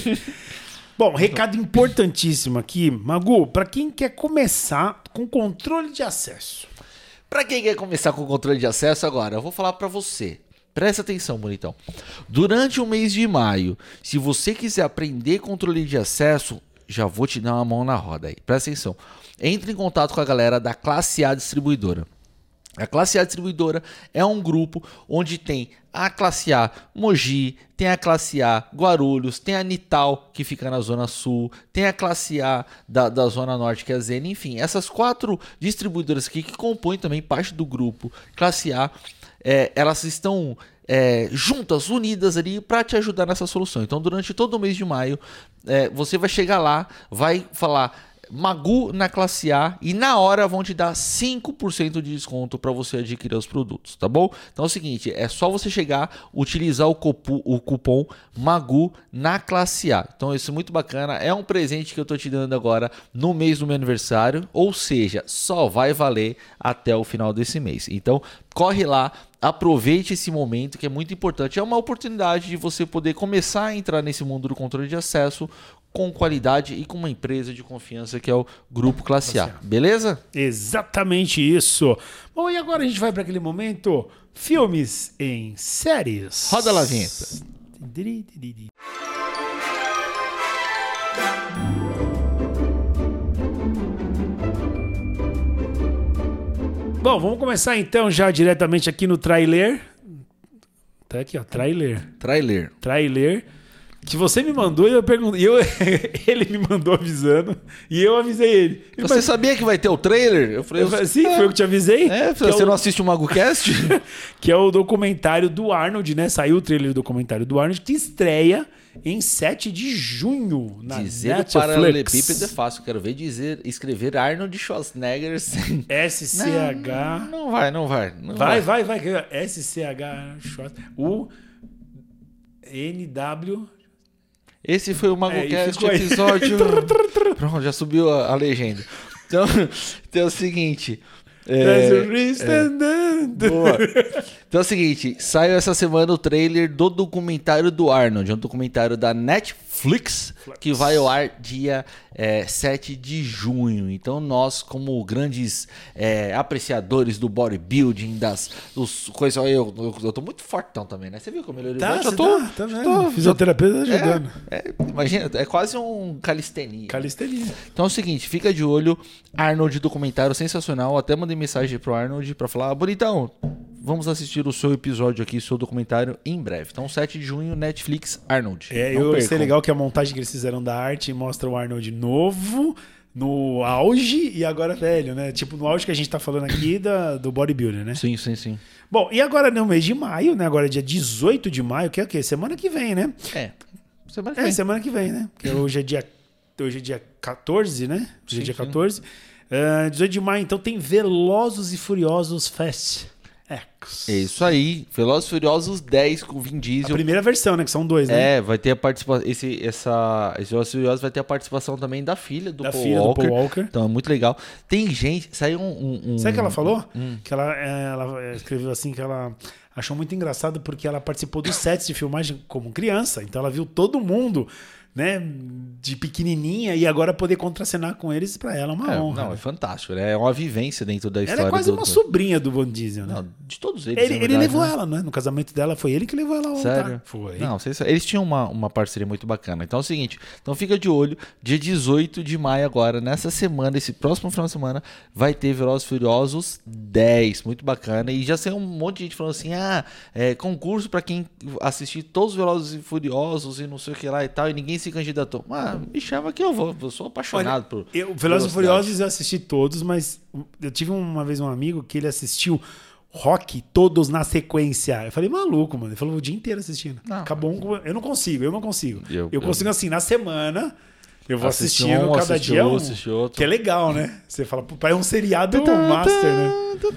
Bom, recado importantíssimo aqui, Magu, para quem quer começar com controle de acesso. Para quem quer começar com o controle de acesso agora, eu vou falar para você. Presta atenção, bonitão. Durante o mês de maio, se você quiser aprender controle de acesso, já vou te dar uma mão na roda aí. Presta atenção. Entre em contato com a galera da Classe A Distribuidora. A Classe A Distribuidora é um grupo onde tem a Classe A Mogi, tem a Classe A Guarulhos, tem a Nital, que fica na Zona Sul, tem a Classe A da, da Zona Norte, que é a Zene, enfim. Essas quatro distribuidoras aqui que compõem também parte do grupo Classe A, é, elas estão é, juntas, unidas ali para te ajudar nessa solução. Então, durante todo o mês de maio, é, você vai chegar lá, vai falar Magu na Classe A e na hora vão te dar cinco por cento de desconto para você adquirir os produtos, tá bom? Então é o seguinte, é só você chegar, utilizar o, copu, o cupom Magu na Classe A. Então isso é muito bacana, é um presente que eu tô te dando agora no mês do meu aniversário, ou seja, só vai valer até o final desse mês. Então corre lá, aproveite esse momento que é muito importante, é uma oportunidade de você poder começar a entrar nesse mundo do controle de acesso com qualidade e com uma empresa de confiança que é o Grupo Classe A. Beleza? Exatamente isso. Bom, e agora a gente vai para aquele momento, filmes em séries. Roda lá a vinheta. Bom, vamos começar então já diretamente aqui no trailer. Tá aqui, ó, trailer. Trailer. Trailer. Que você me mandou e eu perguntei. Eu, ele me mandou avisando e eu avisei ele. ele Você mas, sabia que vai ter o trailer? Eu falei, eu falei sim, foi eu que te avisei. É, que você é o, não assiste o MagoCast? que é o documentário do Arnold, né? Saiu o trailer do documentário do Arnold, que estreia em sete de junho na Dizer o Netflix. paralelepípedo é fácil. Quero ver dizer, escrever Arnold Schwarzenegger sem... S C H... Não, não vai, não vai. Não Vai, vai, vai. S C H... U... N W... Esse foi o MagoCast É, aí. episódio... Pronto, já subiu a, a legenda. Então, então é o seguinte... É, é, boa. Então é o seguinte, saiu essa semana o trailer do documentário do Arnold, é um documentário da Netflix que vai ao ar dia é, sete de junho. Então nós, como grandes é, apreciadores do bodybuilding, das dos coisas, eu, eu, eu tô muito fortão também, né? Você viu como eu melhorei? Tá, já você tô, tá, tá vendo? tô- Fisioterapeuta ajudando. é, é, imagina, é quase um calistenia. Calistenia. Então é o seguinte, fica de olho, Arnold, documentário sensacional. Até mandei mensagem pro Arnold pra falar, ah, bonitão, vamos assistir o seu episódio aqui, seu documentário em breve. Então sete de junho, Netflix, Arnold. É, Não eu achei percam. legal que a montagem que eles fizeram da arte mostra o Arnold novo, no auge e agora velho, né? Tipo, no auge que a gente tá falando aqui da, do bodybuilder, né? Sim, sim, sim. Bom, e agora no mês de maio, né? Agora é dia dezoito de maio, que é o quê? Semana que vem, né? É, semana que É, vem. semana que vem, né? Porque hoje é dia, hoje é dia quatorze, né? Hoje é Sim, dia sim. quatorze. Ah, dezoito de maio, então tem Velozes e Furiosos Fest. X. É isso aí. Velozes e Furiosos dez com o Vin A Diesel. primeira versão, né? Que são dois, né? É, vai ter a participação. Esse, essa, esse Velozes e Furiosos vai ter a participação também da filha do, Da Paul, filha do Walker. Paul Walker. Então é muito legal. Tem gente. Saiu um. um Sabe o que ela falou? Hum. Que ela, é, ela escreveu assim que ela achou muito engraçado porque ela participou dos sets de filmagem como criança. Então ela viu todo mundo, né, de pequenininha e agora poder contracenar com eles pra ela é uma É, honra. não, né? é fantástico. né? É uma vivência dentro da história. Ela é quase do, uma do... sobrinha do Vin Diesel, né? Não, de todos eles. ele na ele verdade, levou né? ela, né? No casamento dela foi ele que levou ela ao altar. Sério? Foi. Não, vocês- eles tinham uma, uma parceria muito bacana. Então é o seguinte, então fica de olho, dia dezoito de maio agora, nessa semana, esse próximo final de semana, vai ter Velozes e Furiosos dez, muito bacana. E já saiu um monte de gente falando assim, ah, é, concurso pra quem assistir todos os Velozes e Furiosos e não sei o que lá e tal, e ninguém se candidatou. Ah, me chama que eu vou, eu sou apaixonado por Eu, Velozes e velocidade. Furiosos eu assisti todos, mas eu tive uma vez um amigo que ele assistiu Rock todos na sequência. Eu falei, maluco, mano. Ele falou o dia inteiro assistindo. Não. Acabou um... Eu não consigo, eu não consigo. Eu- Eu, eu- consigo assim, na semana, eu vou Assistir assistindo um, cada assistir dia outro, um. assistir outro. Que é legal, né? Você fala, pô, pai, é um seriado master, né?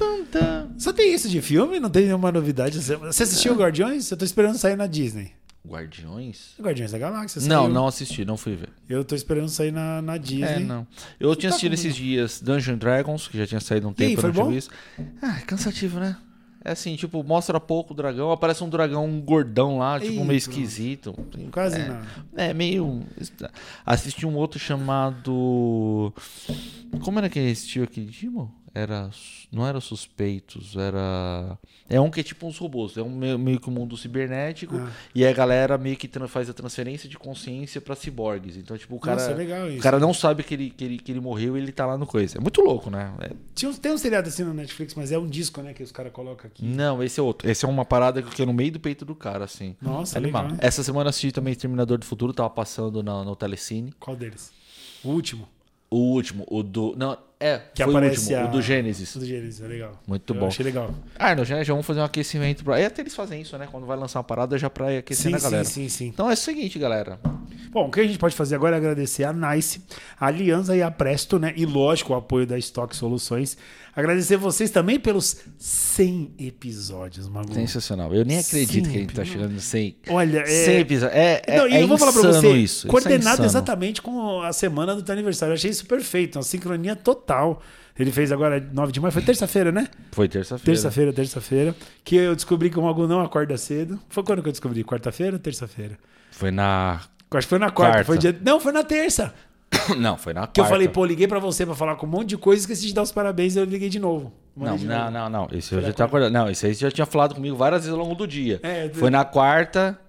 Só tem isso de filme, não tem nenhuma novidade. Você você assistiu É. Guardiões? Eu tô esperando sair na Disney. Guardiões? Guardiões da Galáxia. Não, saiu. não assisti, não fui ver. Eu tô esperando sair na, na Disney. É, não. Eu tinha tá assistido com- esses dias Dungeons and Dragons, que já tinha saído um E aí, tempo, foi eu não tinha bom? visto. Ah, é cansativo, né? É assim, tipo, mostra pouco o dragão, aparece um dragão um gordão lá, tipo, Ih, meio pronto. esquisito. Quase é, nada. É, meio... Assisti um outro chamado... Como era que existiu aquele Dimo? Era... Não era Suspeitos, era... É um que é tipo uns robôs, é um meio, meio que um mundo cibernético, Ah. e a galera meio que tran- faz a transferência de consciência pra ciborgues. Então, tipo, o cara... Nossa, é legal isso. O cara não sabe que ele, que ele, que ele morreu e ele tá lá no coisa. É muito louco, né? É- Tinha um, tem um seriado assim no Netflix, mas é um disco, né? Que os caras colocam aqui. Não, esse é outro. Esse é uma parada que é no meio do peito do cara, assim. Nossa, Animal. legal. Essa semana eu assisti também Exterminador do Futuro, tava passando na- no Telecine. Qual deles? O último. O último, o do... Não, é, Que foi o aparece último, a... o do Gênesis. O do Gênesis, é legal. Muito Eu bom. achei legal. Ah, no Gênesis já vamos fazer um aquecimento. Pra... E até eles fazem isso, né? Quando vai lançar uma parada, já pra aquecer Sim, a galera. sim, sim, sim. Então é o seguinte, galera. Bom, o que a gente pode fazer agora é agradecer a Nice, a Aliança e a Presto, né? E lógico, o apoio da Stock Soluções. Agradecer vocês também pelos cem episódios, Magu. Sensacional. Eu nem acredito Sim, que a gente tá chegando em cem. Olha, é... cem episódios. É, é, Não, e é eu vou falar pra insano você, isso. Isso é coordenado insano. exatamente com a semana do teu aniversário. Eu achei isso perfeito, uma sincronia total. Ele fez agora nove de maio, foi terça-feira, né? Foi terça-feira. Terça-feira, terça-feira. Que eu descobri que o Magu não acorda cedo. Foi quando que eu descobri? Quarta-feira ou terça-feira? Foi na... Acho que foi na quarta. Quarta. Foi dia... Não, foi na terça. Não, foi na quarta. Que eu falei, pô, liguei pra você pra falar com um monte de coisa, esqueci de dar os parabéns e eu liguei de novo. Não, Mandei de não, novo. não, não. Esse eu já tinha acordado. Não, esse aí você já tinha falado comigo várias vezes ao longo do dia. É, Foi na quarta.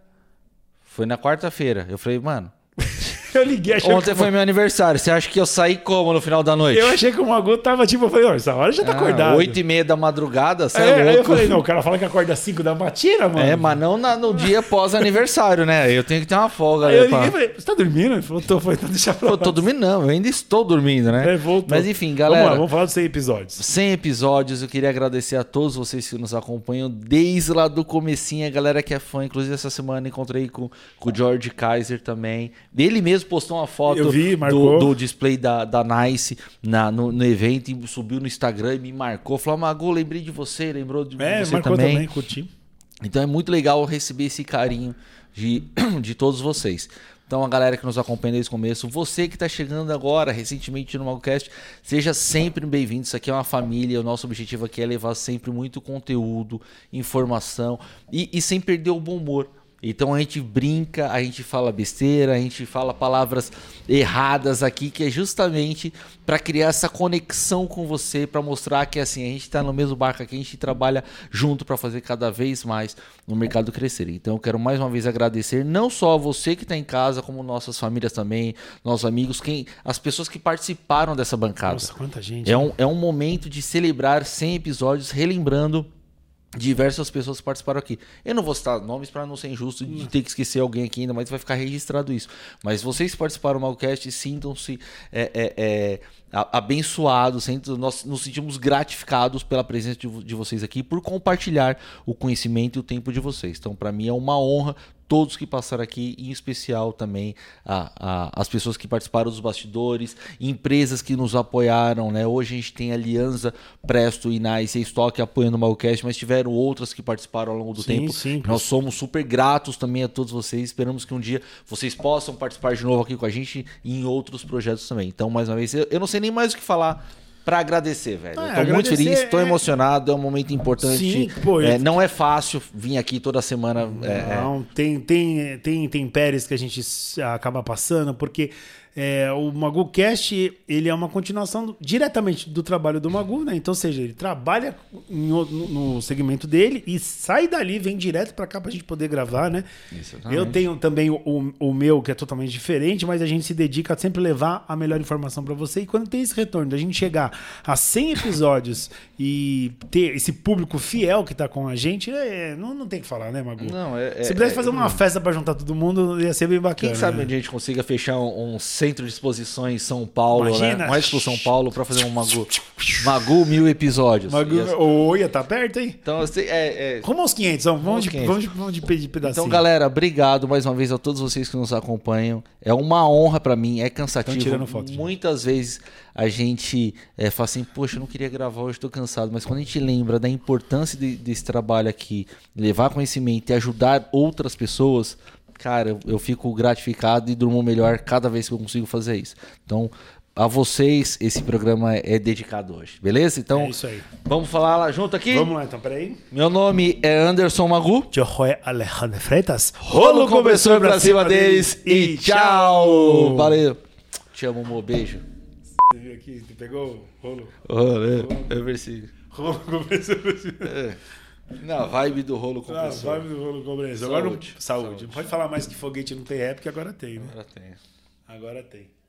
Foi na quarta-feira. Eu falei, mano, Eu liguei, achei ontem que... foi meu aniversário. Você acha que eu saí como no final da noite? Eu achei que o Magu tava tipo, eu falei, ó, essa hora já tá Ah, acordado. Oito e meia da madrugada, você É, é, aí eu louco. falei, não, o cara fala que acorda às cinco da matina, mano. É, mas não na- no dia pós-aniversário, né? Eu tenho que ter uma folga. Aí eu né, liguei e pra... falei, você tá dormindo? Ele falou, tô, foi, então deixa pra lá. Eu tô dormindo, não. Eu ainda estou dormindo, né? É, voltou. Mas enfim, galera. Vamos lá, vamos falar dos cem episódios. cem episódios, eu queria agradecer a todos vocês que nos acompanham desde lá do comecinho, a galera que é fã, inclusive essa semana encontrei com, com o George Kaiser também, ele mesmo postou uma foto Eu vi, do, marcou. do display da, da Nice na, no, no evento, e subiu no Instagram e me marcou, falou, Magu, lembrei de você, lembrou de É, você marcou também. também, curti. Então é muito legal receber esse carinho de, de todos vocês. Então, a galera que nos acompanha desde o começo, você que está chegando agora, recentemente no MagoCast, seja sempre bem-vindo. Isso aqui é uma família. O nosso objetivo aqui é levar sempre muito conteúdo, informação e, e sem perder o bom humor. Então a gente brinca, a gente fala besteira, a gente fala palavras erradas aqui, que é justamente para criar essa conexão com você, para mostrar que assim, a gente está no mesmo barco aqui, a gente trabalha junto para fazer cada vez mais no mercado crescer. Então eu quero mais uma vez agradecer não só a você que está em casa, como nossas famílias também, nossos amigos, quem, as pessoas que participaram dessa bancada. Nossa, quanta gente. É um, é um momento de celebrar cem episódios, relembrando diversas pessoas que participaram aqui. Eu não vou citar nomes para não ser injusto de ter que esquecer alguém aqui ainda, mas vai ficar registrado isso. Mas vocês que participaram do MagoCast, sintam-se é, é, é, abençoados, sintam, nós nos sentimos gratificados pela presença de, de vocês aqui, por compartilhar o conhecimento e o tempo de vocês. Então, para mim é uma honra todos que passaram aqui, em especial também a, a, as pessoas que participaram dos bastidores, empresas que nos apoiaram, né? Hoje a gente tem Aliança, Presto, Nice e Stock apoiando o MaguCast, mas tiveram outras que participaram ao longo do Sim, tempo. sim. Nós somos super gratos também a todos vocês. Esperamos que um dia vocês possam participar de novo aqui com a gente e em outros projetos também. Então, mais uma vez, eu, eu não sei nem mais o que falar para agradecer, velho. É, eu tô muito feliz, tô é... emocionado, é um momento importante. Sim, pô, é, eu... Não é fácil vir aqui toda semana. Não, é... tem, tem, tem, tem pérez que a gente acaba passando, porque é, o MaguCast, ele é uma continuação do, diretamente do trabalho do Magu, né? Então, ou seja, ele trabalha em, no, no segmento dele e sai dali, vem direto para cá pra gente poder gravar, né? Exatamente. Eu tenho também o, o meu, que é totalmente diferente, mas a gente se dedica a sempre levar a melhor informação para você. E quando tem esse retorno, da gente chegar a cem episódios e ter esse público fiel que tá com a gente, é, não, não tem o que falar, né, Magu? Não, é, Se pudesse é, fazer é, uma festa para juntar todo mundo, ia ser bem bacana. Quem sabe né? onde a gente consiga fechar um, um centro de exposições em São Paulo, Imagina. né? Mais pro São Paulo para fazer um Magu. Magu mil episódios. Magu, Ia... oh, ia tá perto, hein? Então, assim, é, é... Vamos aos quinhentos, vamos, vamos, de, quinhentos. vamos, de, vamos de, de pedacinho. Então, galera, obrigado mais uma vez a todos vocês que nos acompanham. É uma honra para mim, é cansativo. Tão tirando foto, Muitas gente. vezes a gente é, fala assim, poxa, eu não queria gravar hoje, tô cansado. Mas quando a gente lembra da importância de, desse trabalho aqui, levar conhecimento e ajudar outras pessoas, cara, eu, eu fico gratificado e durmo melhor cada vez que eu consigo fazer isso. Então, a vocês, esse programa é dedicado hoje, beleza? Então, é isso aí. Vamos falar lá junto aqui? Vamos lá, então, peraí. Meu nome é Anderson Magu. Eu sou Alejandro Freitas. Rolo o compressor pra cima deles e tchau! Valeu. Te amo, amor. Beijo. Você viu aqui? Você pegou o rolo? Rolo, eu persigo. Rolo compressor pra cima. É. Na vibe do rolo Ah, compressor. vibe do rolo compressor. Agora não... Saúde. Saúde. Saúde. Não pode falar mais que foguete não tem ré, porque agora tem, né? Agora tem. Agora tem.